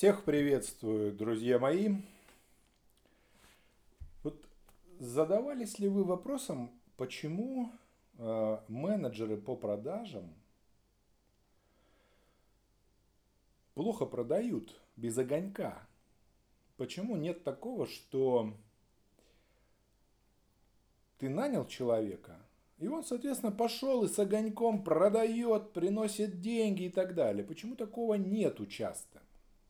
Всех приветствую, друзья мои. Вот задавались ли вы вопросом, почему менеджеры по продажам плохо продают без огонька? Почему нет такого, что ты нанял человека, и он, соответственно, пошел и с огоньком продает, приносит деньги и так далее? Почему такого нету часто?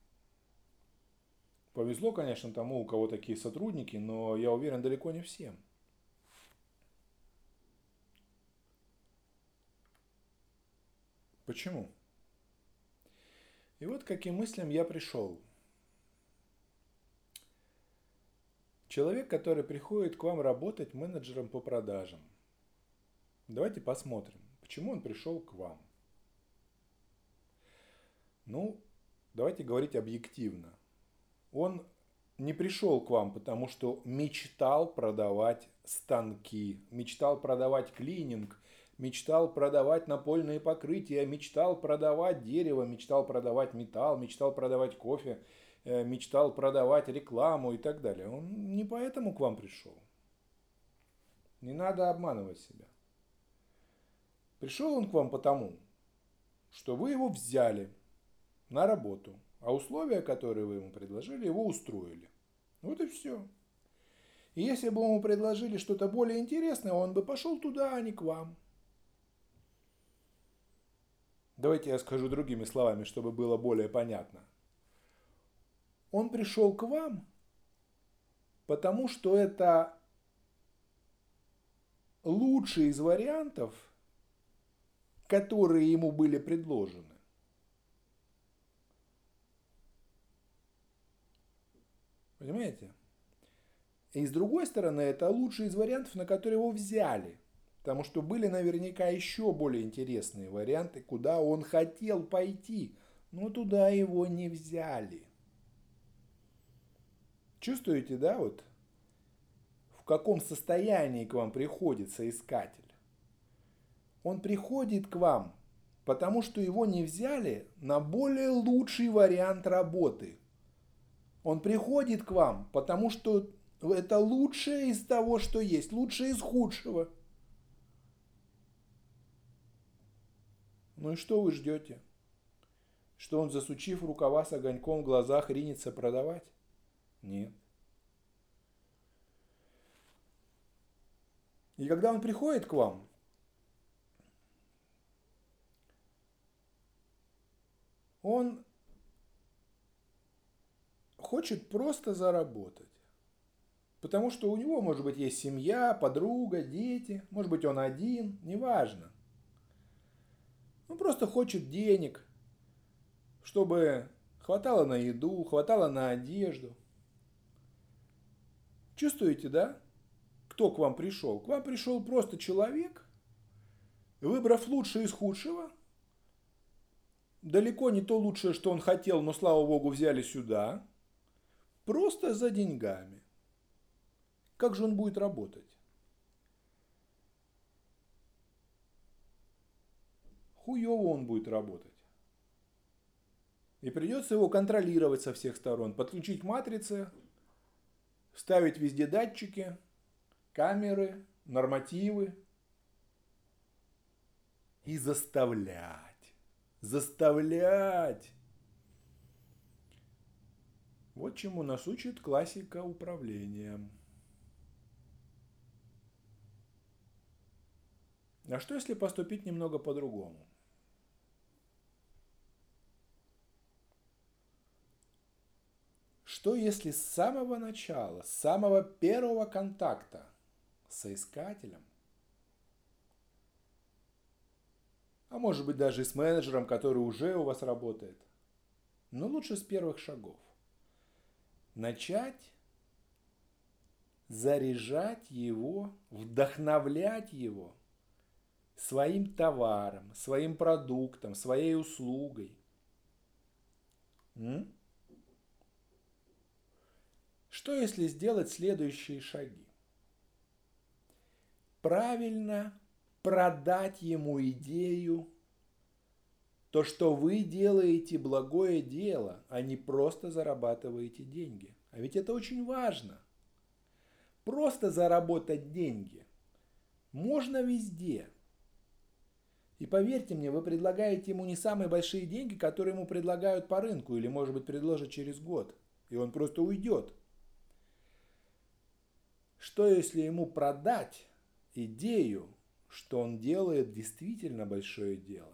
Повезло, конечно, тому, у кого такие сотрудники, но я уверен, далеко не всем. Почему? И вот к каким мыслям я пришел. Человек, который приходит к вам работать менеджером по продажам. Давайте посмотрим, почему он пришел к вам. Ну, давайте говорить объективно. Он не пришел к вам, потому что мечтал продавать станки, мечтал продавать клининг, мечтал продавать напольные покрытия, мечтал продавать дерево, мечтал продавать металл, мечтал продавать кофе, мечтал продавать рекламу и так далее. Он не поэтому к вам пришел. Не надо обманывать себя. Пришел он к вам потому, что вы его взяли на работу, а условия, которые вы ему предложили, его устроили. Вот и все. И если бы ему предложили что-то более интересное, он бы пошел туда, а не к вам. Давайте я скажу другими словами, чтобы было более понятно. Он пришел к вам, потому что это лучший из вариантов, которые ему были предложены. Понимаете? И с другой стороны, это лучший из вариантов, на которые его взяли. Потому что были наверняка еще более интересные варианты, куда он хотел пойти, но туда его не взяли. Чувствуете, да, вот в каком состоянии к вам приходит соискатель? Он приходит к вам, потому что его не взяли на более лучший вариант работы. Он приходит к вам, потому что это лучшее из того, что есть, лучшее из худшего. Ну и что вы ждете? Что он, засучив рукава с огоньком в глазах, ринется продавать? Нет. И когда он приходит к вам, он хочет просто заработать. Потому что у него, может быть, есть семья, подруга, дети, может быть, он один, неважно. Он просто хочет денег, чтобы хватало на еду, хватало на одежду. Чувствуете, да? Кто к вам пришел? К вам пришел просто человек, выбрав лучшее из худшего. Далеко не то лучшее, что он хотел, но, слава богу, взяли сюда. Просто за деньгами. Как же он будет работать? Хуево он будет работать. И придется его контролировать со всех сторон. Подключить матрицы, ставить везде датчики, камеры, нормативы. И заставлять. Заставлять. Вот чему нас учит классика управления. А что если поступить немного по-другому? Что если с самого начала, с самого первого контакта с соискателем, а может быть даже и с менеджером, который уже у вас работает, но лучше с первых шагов, начать заряжать его, вдохновлять его своим товаром, своим продуктом, своей услугой. Что если сделать следующие шаги? Правильно продать ему идею то, что вы делаете благое дело, а не просто зарабатываете деньги. А ведь это очень важно. Просто заработать деньги можно везде. И поверьте мне, вы предлагаете ему не самые большие деньги, которые ему предлагают по рынку, или, может быть, предложат через год, и он просто уйдет. Что если ему продать идею, что он делает действительно большое дело?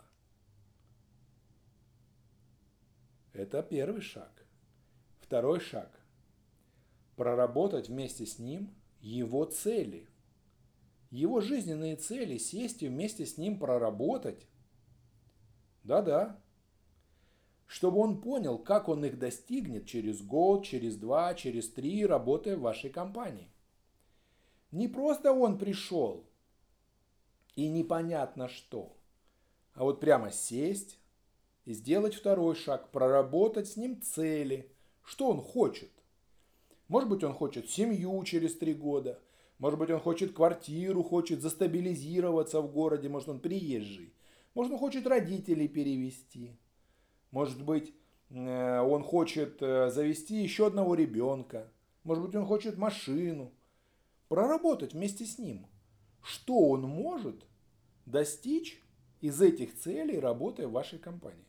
Это первый шаг. Второй шаг. Проработать вместе с ним его цели. Его жизненные цели, сесть и вместе с ним проработать. Да-да. Чтобы он понял, как он их достигнет через год, через 2, через 3, работая в вашей компании. Не просто он пришел и непонятно что, а вот прямо сесть и сделать второй шаг, проработать с ним цели, что он хочет. Может быть, он хочет семью через 3 года, может быть, он хочет квартиру, хочет застабилизироваться в городе, может, он приезжий, может, он хочет родителей перевести, может быть, он хочет завести еще одного ребенка, может быть, он хочет машину. Проработать вместе с ним, что он может достичь из этих целей, работая в вашей компании.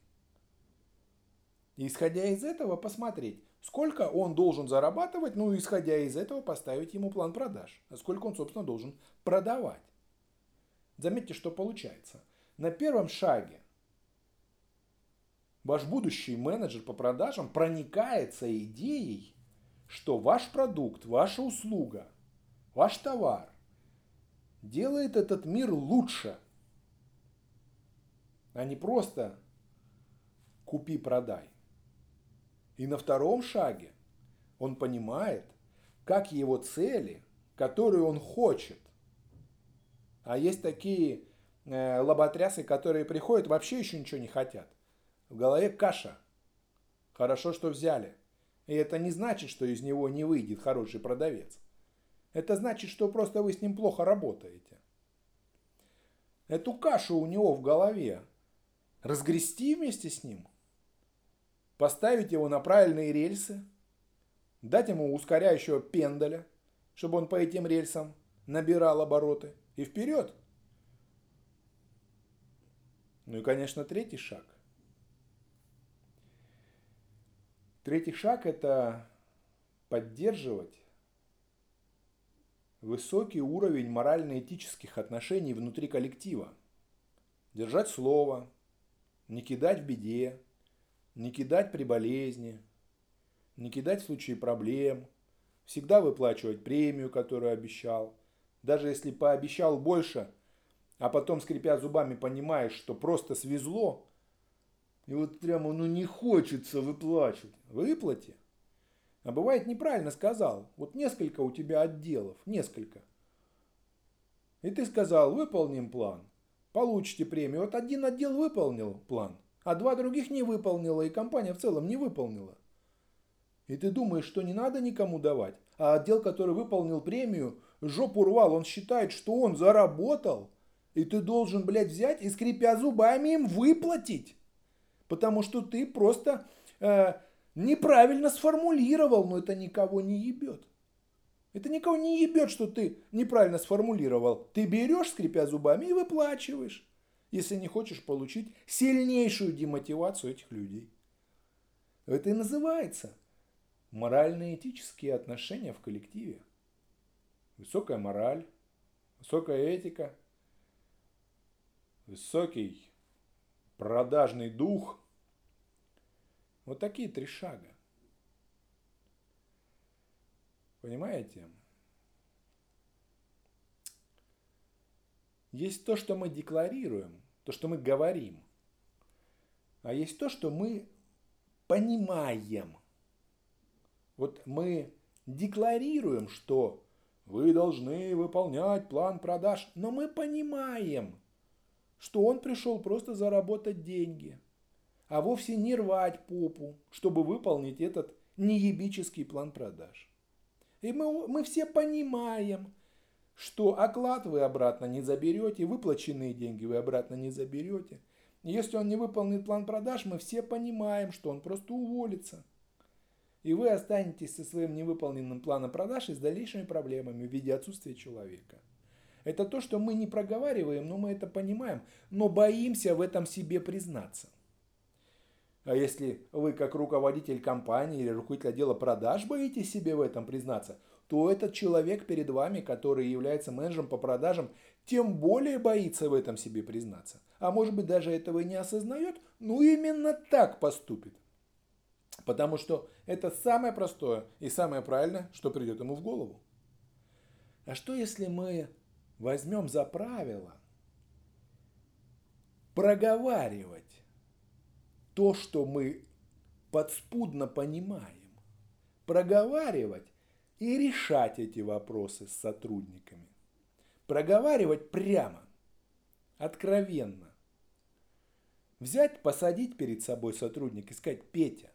И исходя из этого посмотреть, сколько он должен зарабатывать, ну, исходя из этого поставить ему план продаж, а сколько он, собственно, должен продавать. Заметьте, что получается. На первом шаге ваш будущий менеджер по продажам проникается идеей, что ваш продукт, ваша услуга, ваш товар делает этот мир лучше, а не просто купи-продай. И на втором шаге он понимает, как его цели, которые он хочет. А есть такие лоботрясы, которые приходят, вообще еще ничего не хотят. В голове каша. Хорошо, что взяли. И это не значит, что из него не выйдет хороший продавец. Это значит, что просто вы с ним плохо работаете. Эту кашу у него в голове разгрести вместе с ним, поставить его на правильные рельсы, дать ему ускоряющего пендаля, чтобы он по этим рельсам набирал обороты, и вперед. Ну и, конечно, третий шаг. Третий шаг – это поддерживать высокий уровень морально-этических отношений внутри коллектива. Держать слово, не кидать в беде, не кидать при болезни, не кидать в случае проблем, всегда выплачивать премию, которую обещал. Даже если пообещал больше, а потом, скрипя зубами, понимаешь, что просто свезло, и вот прямо не хочется выплачивать. Выплати. А бывает неправильно сказал. Вот несколько у тебя отделов, несколько. И ты сказал, выполним план, получите премию. Вот один отдел выполнил план, а 2 других не выполнила, и компания в целом не выполнила. И ты думаешь, что не надо никому давать, а отдел, который выполнил премию, жопу рвал, он считает, что он заработал, и ты должен, блядь, взять и, скрипя зубами, им выплатить. Потому что ты просто неправильно сформулировал, но это никого не ебет. Это никого не ебет, что ты неправильно сформулировал. Ты берешь, скрипя зубами, и выплачиваешь, если не хочешь получить сильнейшую демотивацию этих людей. Это и называется морально-этические отношения в коллективе. Высокая мораль, высокая этика, высокий продажный дух. Вот такие 3 шага. Понимаете? Есть то, что мы декларируем, то, что мы говорим. А есть то, что мы понимаем. Вот мы декларируем, что вы должны выполнять план продаж, но мы понимаем, что он пришел просто заработать деньги, а вовсе не рвать попу, чтобы выполнить этот неебический план продаж. И мы все понимаем, что оклад вы обратно не заберете, выплаченные деньги вы обратно не заберете. И если он не выполнит план продаж, мы все понимаем, что он просто уволится. И вы останетесь со своим невыполненным планом продаж и с дальнейшими проблемами в виде отсутствия человека. Это то, что мы не проговариваем, но мы это понимаем, но боимся в этом себе признаться. А если вы как руководитель компании или руководитель отдела продаж боитесь себе в этом признаться, то этот человек перед вами, который является менеджером по продажам, тем более боится в этом себе признаться. А может быть даже этого и не осознает, но именно так поступит. Потому что это самое простое и самое правильное, что придет ему в голову. А что если мы возьмем за правило проговаривать то, что мы подспудно понимаем, проговаривать и решать эти вопросы с сотрудниками. Проговаривать прямо, откровенно. Взять, посадить перед собой сотрудника и сказать: Петя,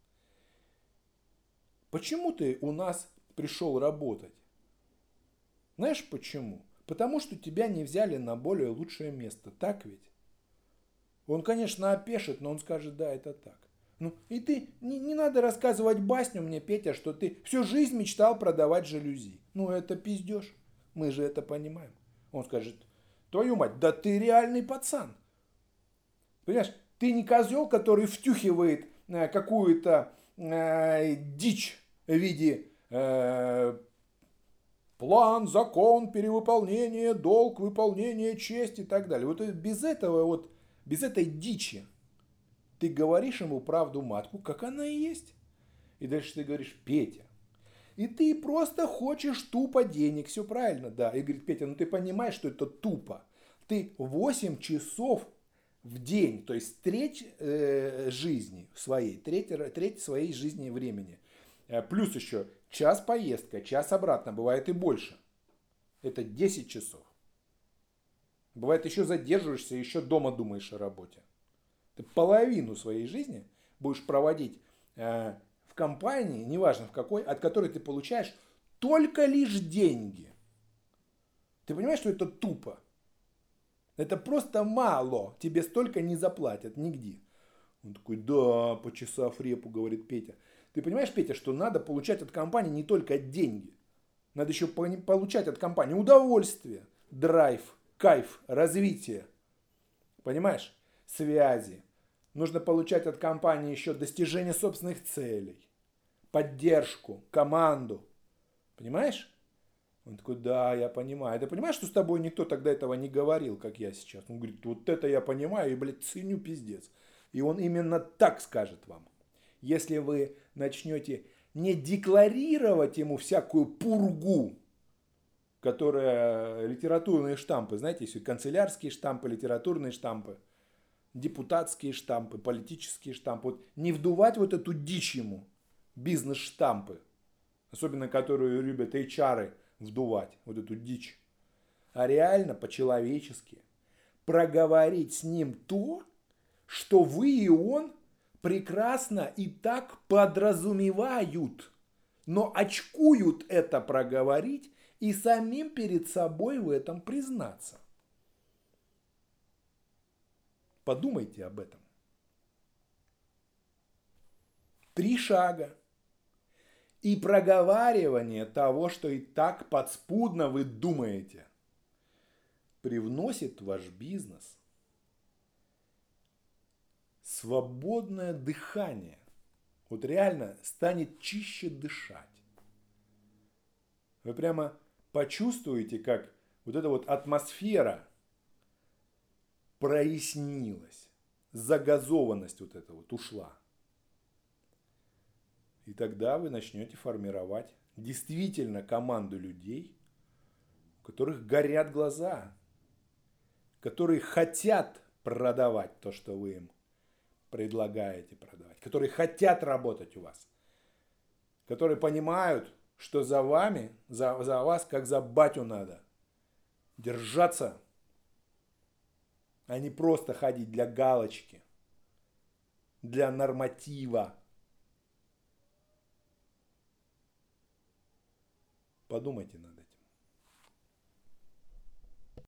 почему ты у нас пришел работать? Знаешь почему? Потому что тебя не взяли на более лучшее место, так ведь? Он, конечно, опешит, но он скажет: да, это так. Ну, и ты, не надо рассказывать басню мне, Петя, что ты всю жизнь мечтал продавать жалюзи. Ну, это пиздеж. Мы же это понимаем. Он скажет: твою мать, да ты реальный пацан. Понимаешь, ты не козел, который втюхивает какую-то дичь в виде план, закон, перевыполнение, долг, выполнение, честь и так далее. Вот без этого вот, без этой дичи ты говоришь ему правду матку, как она и есть. И дальше ты говоришь: Петя, и ты просто хочешь тупо денег, все правильно, да. И говорит: Петя, ну ты понимаешь, что это тупо. Ты 8 часов в день, то есть треть жизни своей, треть своей жизни и времени. Плюс еще час поездка, час обратно, бывает и больше. Это 10 часов. Бывает еще задерживаешься, еще дома думаешь о работе. Ты половину своей жизни будешь проводить в компании, неважно в какой, от которой ты получаешь только лишь деньги. Ты понимаешь, что это тупо? Это просто мало. Тебе столько не заплатят нигде. Он такой: да, почесав репу, говорит Петя. Ты понимаешь, Петя, что надо получать от компании не только деньги. Надо еще получать от компании удовольствие, драйв, кайф, развитие. Понимаешь? Связи. Нужно получать от компании еще достижение собственных целей, поддержку, команду. Понимаешь? Он такой: да, я понимаю. Ты понимаешь, что с тобой никто тогда этого не говорил, как я сейчас? Он говорит: вот это я понимаю и, блядь, ценю пиздец. И он именно так скажет вам. Если вы начнете не декларировать ему всякую пургу, которая литературные штампы, знаете, есть канцелярские штампы, литературные штампы, депутатские штампы, политические штампы. Вот не вдувать вот эту дичь ему, бизнес-штампы, особенно которую любят HR вдувать, вот эту дичь, а реально по-человечески проговорить с ним то, что вы и он прекрасно и так подразумевают, но очкуют это проговорить и самим перед собой в этом признаться. Подумайте об этом. 3 шага. И проговаривание того, что и так подспудно вы думаете, привносит в ваш бизнес свободное дыхание. Вот реально станет чище дышать. Вы прямо почувствуете, как вот эта вот атмосфера прояснилась. Загазованность вот эта вот ушла. И тогда вы начнете формировать действительно команду людей, у которых горят глаза, которые хотят продавать то, что вы им предлагаете продавать, которые хотят работать у вас, которые понимают, что за вами, за вас, как за батю надо держаться, а не просто ходить для галочки, для норматива. Подумайте над